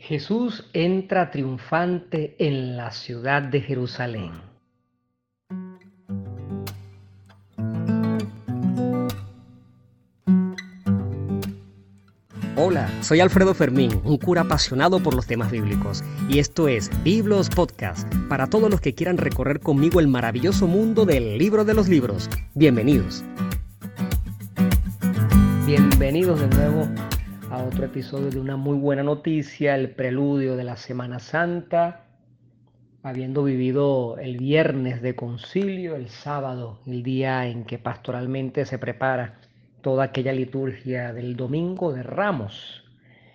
Jesús entra triunfante en la ciudad de Jerusalén. Hola, soy Alfredo Fermín, un cura apasionado por los temas bíblicos, y esto es Biblos Podcast, para todos los que quieran recorrer conmigo el maravilloso mundo del libro de los libros. Bienvenidos. Bienvenidos de nuevo a otro episodio de una muy buena noticia, el preludio de la Semana Santa, habiendo vivido el viernes de concilio, el sábado, el día en que pastoralmente se prepara toda aquella liturgia del Domingo de Ramos.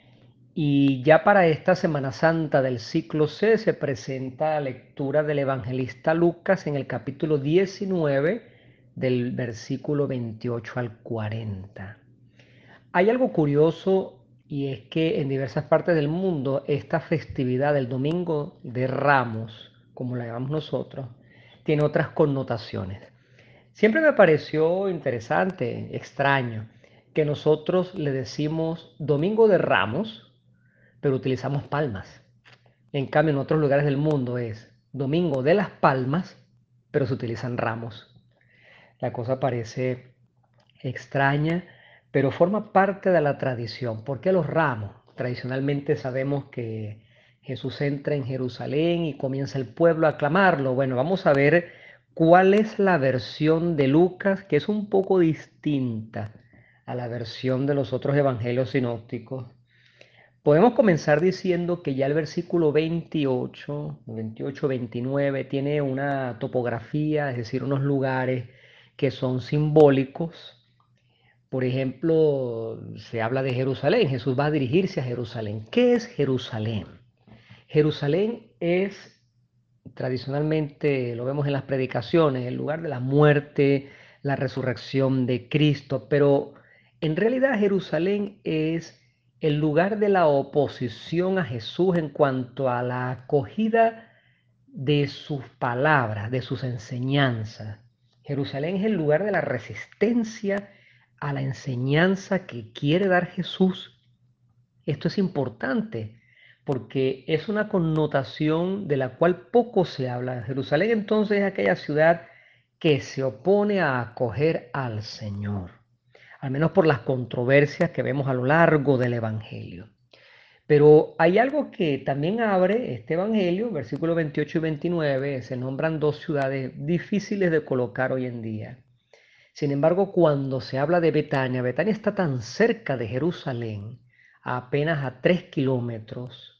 Y ya para esta Semana Santa del ciclo C se presenta la lectura del evangelista Lucas en el capítulo 19 del versículo 28 al 40. Hay algo curioso y es que en diversas partes del mundo esta festividad del Domingo de Ramos, como la llamamos nosotros, tiene otras connotaciones. Siempre me pareció interesante, extraño, que nosotros le decimos Domingo de Ramos pero utilizamos palmas. En cambio, en otros lugares del mundo es Domingo de las Palmas, pero se utilizan ramos. La cosa parece extraña, pero forma parte de la tradición. ¿Por qué los ramos? Tradicionalmente sabemos que Jesús entra en Jerusalén y comienza el pueblo a aclamarlo. Bueno, vamos a ver cuál es la versión de Lucas, que es un poco distinta a la versión de los otros evangelios sinópticos. Podemos comenzar diciendo que ya el versículo 28, 28, 29 tiene una topografía, es decir, unos lugares que son simbólicos. Por ejemplo, se habla de Jerusalén, Jesús va a dirigirse a Jerusalén. ¿Qué es Jerusalén? Jerusalén es, tradicionalmente lo vemos en las predicaciones, el lugar de la muerte, la resurrección de Cristo, pero en realidad Jerusalén es el lugar de la oposición a Jesús en cuanto a la acogida de sus palabras, de sus enseñanzas. Jerusalén es el lugar de la resistencia a la enseñanza que quiere dar Jesús. Esto es importante porque es una connotación de la cual poco se habla. Jerusalén entonces es aquella ciudad que se opone a acoger al Señor, al menos por las controversias que vemos a lo largo del Evangelio. Pero hay algo que también abre este Evangelio, versículos 28 y 29, se nombran dos ciudades difíciles de colocar hoy en día. Sin embargo, cuando se habla de Betania, Betania está tan cerca de Jerusalén, apenas a 3 kilómetros,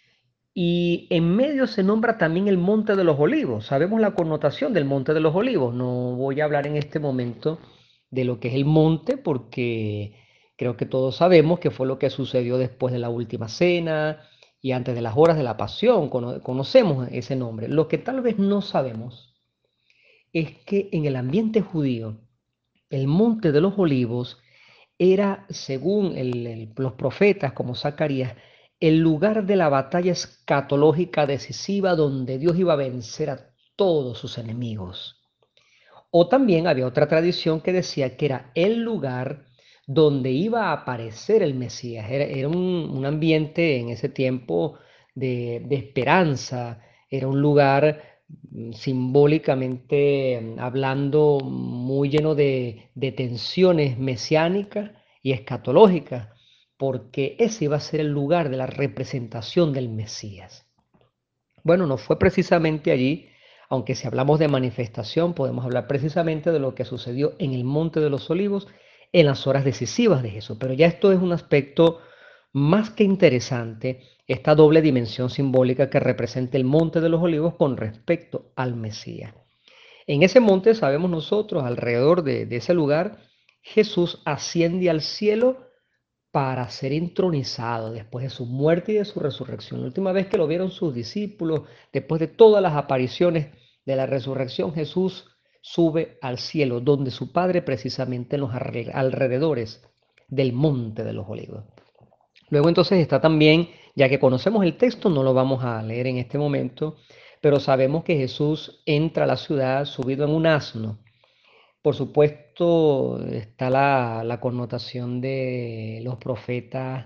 y en medio se nombra también el Monte de los Olivos. Sabemos la connotación del Monte de los Olivos. No voy a hablar en este momento de lo que es el monte, porque creo que todos sabemos que fue lo que sucedió después de la última cena y antes de las horas de la pasión. Conocemos ese nombre. Lo que tal vez no sabemos es que en el ambiente judío, el Monte de los Olivos era, según los profetas como Zacarías, el lugar de la batalla escatológica decisiva donde Dios iba a vencer a todos sus enemigos. O también había otra tradición que decía que era el lugar donde iba a aparecer el Mesías. Era un ambiente en ese tiempo de esperanza, era un lugar simbólicamente hablando muy lleno de tensiones mesiánicas y escatológicas, porque ese iba a ser el lugar de la representación del Mesías. Bueno, no fue precisamente allí, aunque si hablamos de manifestación, podemos hablar precisamente de lo que sucedió en el Monte de los Olivos en las horas decisivas de Jesús. Pero ya esto es un aspecto más que interesante, esta doble dimensión simbólica que representa el Monte de los Olivos con respecto al Mesías. En ese monte, sabemos nosotros, alrededor de ese lugar, Jesús asciende al cielo para ser entronizado después de su muerte y de su resurrección. La última vez que lo vieron sus discípulos, después de todas las apariciones de la resurrección, Jesús sube al cielo, donde su Padre precisamente en los alrededores del Monte de los Olivos. Luego entonces está también, ya que conocemos el texto, no lo vamos a leer en este momento, pero sabemos que Jesús entra a la ciudad subido en un asno. Por supuesto, está la connotación de los profetas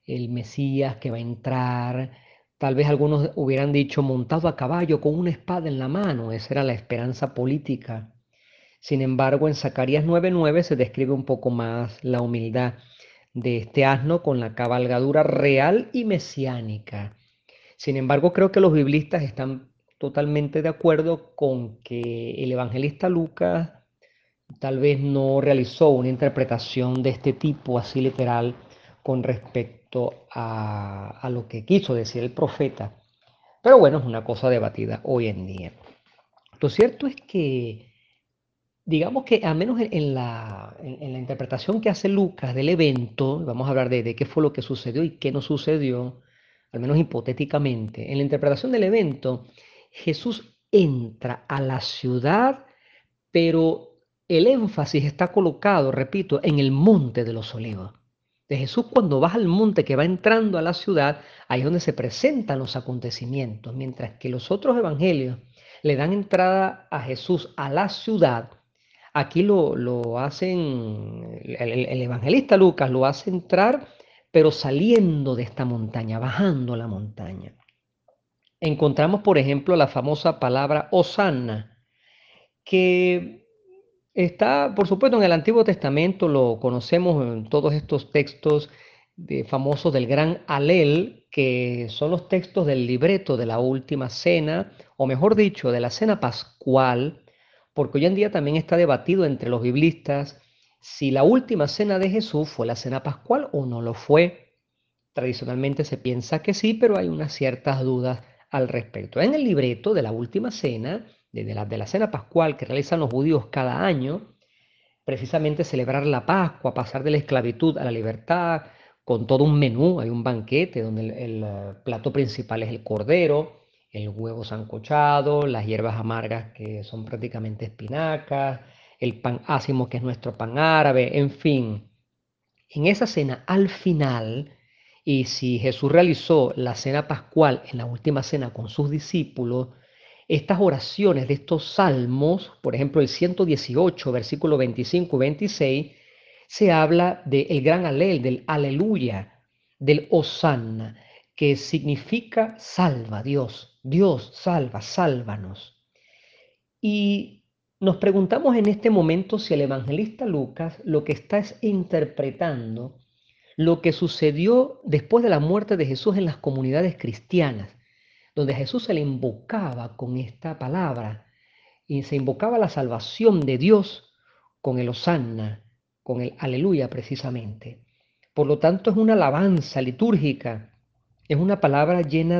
el Mesías que va a entrar. Tal vez algunos hubieran dicho montado a caballo con una espada en la mano. Esa era la esperanza política. Sin embargo, en Zacarías 9:9 se describe un poco más la humildad de este asno con la cabalgadura real y mesiánica. Sin embargo, creo que los biblistas están totalmente de acuerdo con que el evangelista Lucas tal vez no realizó una interpretación de este tipo así literal con respecto a lo que quiso decir el profeta. Pero bueno, es una cosa debatida hoy en día. Lo cierto es que, digamos que al menos en la interpretación que hace Lucas del evento, vamos a hablar de qué fue lo que sucedió y qué no sucedió, al menos hipotéticamente, en la interpretación del evento, Jesús entra a la ciudad, pero el énfasis está colocado, repito, en el monte de los olivos. De Jesús cuando baja al monte que va entrando a la ciudad, ahí es donde se presentan los acontecimientos, mientras que los otros evangelios le dan entrada a Jesús a la ciudad. Aquí lo hacen, el evangelista Lucas lo hace entrar, pero saliendo de esta montaña, bajando la montaña. Encontramos, por ejemplo, la famosa palabra Hosanna, que está, por supuesto, en el Antiguo Testamento, lo conocemos en todos estos textos famosos del gran Alel, que son los textos del libreto de la última cena, o mejor dicho, de la cena pascual, porque hoy en día también está debatido entre los biblistas si la última cena de Jesús fue la cena pascual o no lo fue. Tradicionalmente se piensa que sí, pero hay unas ciertas dudas al respecto. En el libreto de la última cena, de la cena pascual que realizan los judíos cada año, precisamente celebrar la Pascua, pasar de la esclavitud a la libertad, con todo un menú, hay un banquete donde el plato principal es el cordero, el huevo sancochado, las hierbas amargas que son prácticamente espinacas, el pan ácimo que es nuestro pan árabe, en fin. En esa cena, al final, y si Jesús realizó la cena pascual en la última cena con sus discípulos, estas oraciones de estos salmos, por ejemplo el 118, versículos 25 y 26, se habla del gran alel, del aleluya, del hosanna, que significa salva Dios, Dios salva, sálvanos. Y nos preguntamos en este momento si el evangelista Lucas lo que está es interpretando lo que sucedió después de la muerte de Jesús en las comunidades cristianas, donde a Jesús se le invocaba con esta palabra y se invocaba la salvación de Dios con el hosanna, con el aleluya precisamente. Por lo tanto, es una alabanza litúrgica, es una palabra llena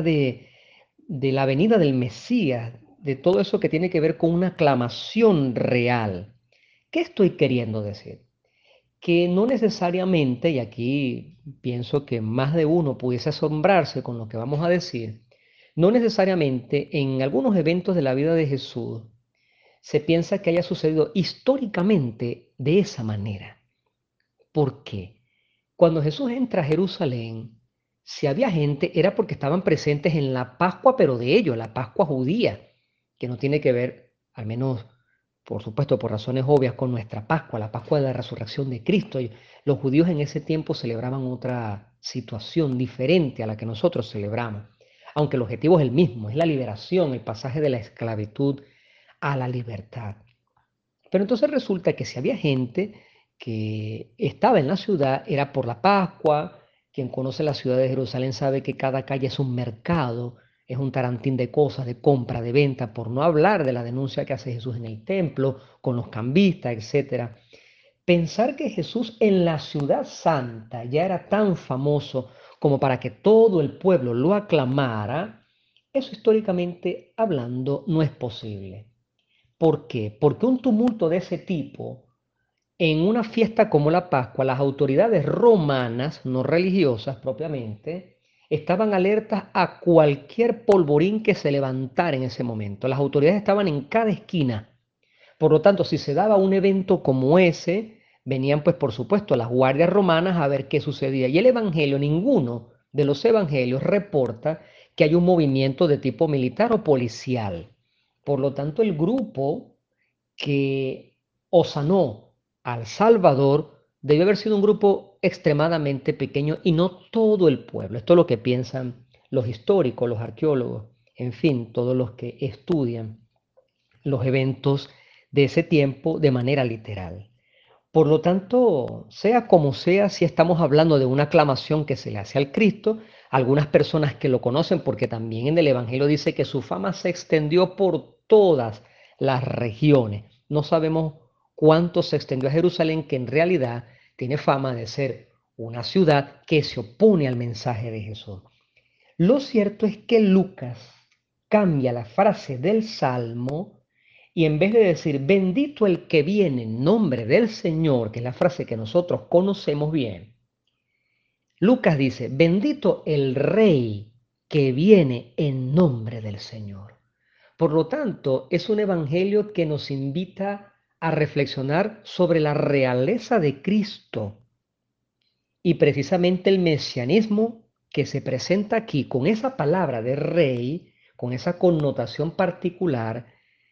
de la venida del Mesías, de todo eso que tiene que ver con una aclamación real. ¿Qué estoy queriendo decir? Que no necesariamente, y aquí pienso que más de uno pudiese asombrarse con lo que vamos a decir, no necesariamente en algunos eventos de la vida de Jesús se piensa que haya sucedido históricamente de esa manera. ¿Por qué? Cuando Jesús entra a Jerusalén, si había gente era porque estaban presentes en la Pascua, pero de ellos, la Pascua judía, que no tiene que ver, al menos por supuesto por razones obvias, con nuestra Pascua, la Pascua de la resurrección de Cristo. Y los judíos en ese tiempo celebraban otra situación diferente a la que nosotros celebramos, aunque el objetivo es el mismo, es la liberación, el pasaje de la esclavitud a la libertad. Pero entonces resulta que si había gente que estaba en la ciudad, era por la Pascua. Quien conoce la ciudad de Jerusalén sabe que cada calle es un mercado, es un tarantín de cosas, de compra, de venta, por no hablar de la denuncia que hace Jesús en el templo, con los cambistas, etcétera. Pensar que Jesús en la ciudad santa ya era tan famoso como para que todo el pueblo lo aclamara, eso históricamente hablando no es posible. ¿Por qué? Porque un tumulto de ese tipo, en una fiesta como la Pascua, las autoridades romanas, no religiosas propiamente, estaban alertas a cualquier polvorín que se levantara en ese momento. Las autoridades estaban en cada esquina. Por lo tanto, si se daba un evento como ese, venían pues por supuesto las guardias romanas a ver qué sucedía. Y el Evangelio, ninguno de los evangelios reporta que hay un movimiento de tipo militar o policial. Por lo tanto, el grupo que osanó al Salvador debió haber sido un grupo extremadamente pequeño y no todo el pueblo. Esto es lo que piensan los históricos, los arqueólogos, en fin, todos los que estudian los eventos de ese tiempo de manera literal. Por lo tanto, sea como sea, si estamos hablando de una aclamación que se le hace al Cristo, algunas personas que lo conocen, porque también en el Evangelio dice que su fama se extendió por todas las regiones. No sabemos cuánto se extendió a Jerusalén, que en realidad tiene fama de ser una ciudad que se opone al mensaje de Jesús. Lo cierto es que Lucas cambia la frase del Salmo y en vez de decir bendito el que viene en nombre del Señor, que es la frase que nosotros conocemos bien, Lucas dice bendito el Rey que viene en nombre del Señor. Por lo tanto, es un evangelio que nos invita a reflexionar sobre la realeza de Cristo y precisamente el mesianismo que se presenta aquí con esa palabra de rey, con esa connotación particular,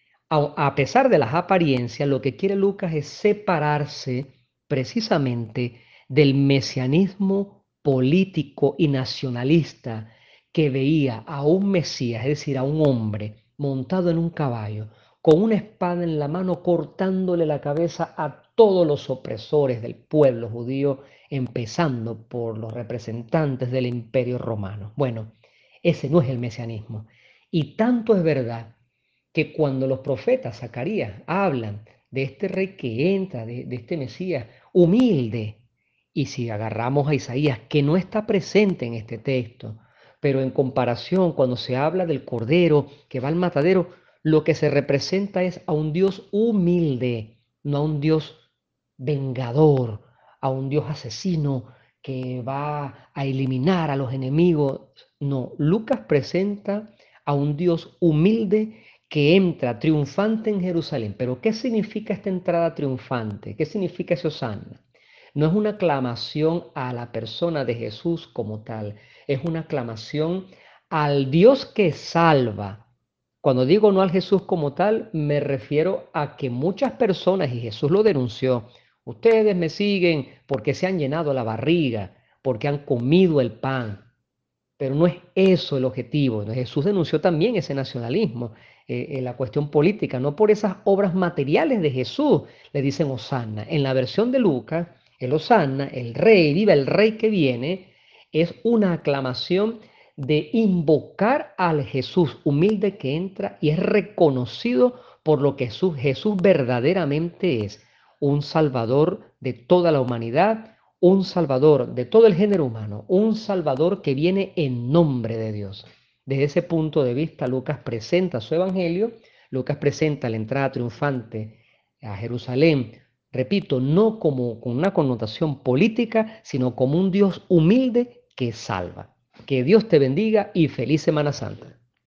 a pesar de las apariencias, lo que quiere Lucas es separarse precisamente del mesianismo político y nacionalista que veía a un Mesías, es decir, a un hombre montado en un caballo, con una espada en la mano, cortándole la cabeza a todos los opresores del pueblo judío, empezando por los representantes del imperio romano. Bueno, ese no es el mesianismo. Y tanto es verdad que cuando los profetas, Zacarías, hablan de este rey que entra, de este Mesías humilde, y si agarramos a Isaías, que no está presente en este texto, pero en comparación, cuando se habla del cordero que va al matadero, lo que se representa es a un Dios humilde, no a un Dios vengador, a un Dios asesino que va a eliminar a los enemigos. No, Lucas presenta a un Dios humilde que entra triunfante en Jerusalén. Pero ¿qué significa esta entrada triunfante? ¿Qué significa ese Hosanna? No es una aclamación a la persona de Jesús como tal, es una aclamación al Dios que salva. Cuando digo no al Jesús como tal, me refiero a que muchas personas, y Jesús lo denunció, ustedes me siguen porque se han llenado la barriga, porque han comido el pan, pero no es eso el objetivo. Jesús denunció también ese nacionalismo, en la cuestión política, no por esas obras materiales de Jesús, le dicen Hosanna. En la versión de Lucas, el Hosanna, el rey, viva el rey que viene, es una aclamación de invocar al Jesús humilde que entra y es reconocido por lo que Jesús verdaderamente es, un salvador de toda la humanidad, un salvador de todo el género humano, un salvador que viene en nombre de Dios. Desde ese punto de vista, Lucas presenta su evangelio, Lucas presenta la entrada triunfante a Jerusalén, repito, no como con una connotación política, sino como un Dios humilde que salva. Que Dios te bendiga y feliz Semana Santa.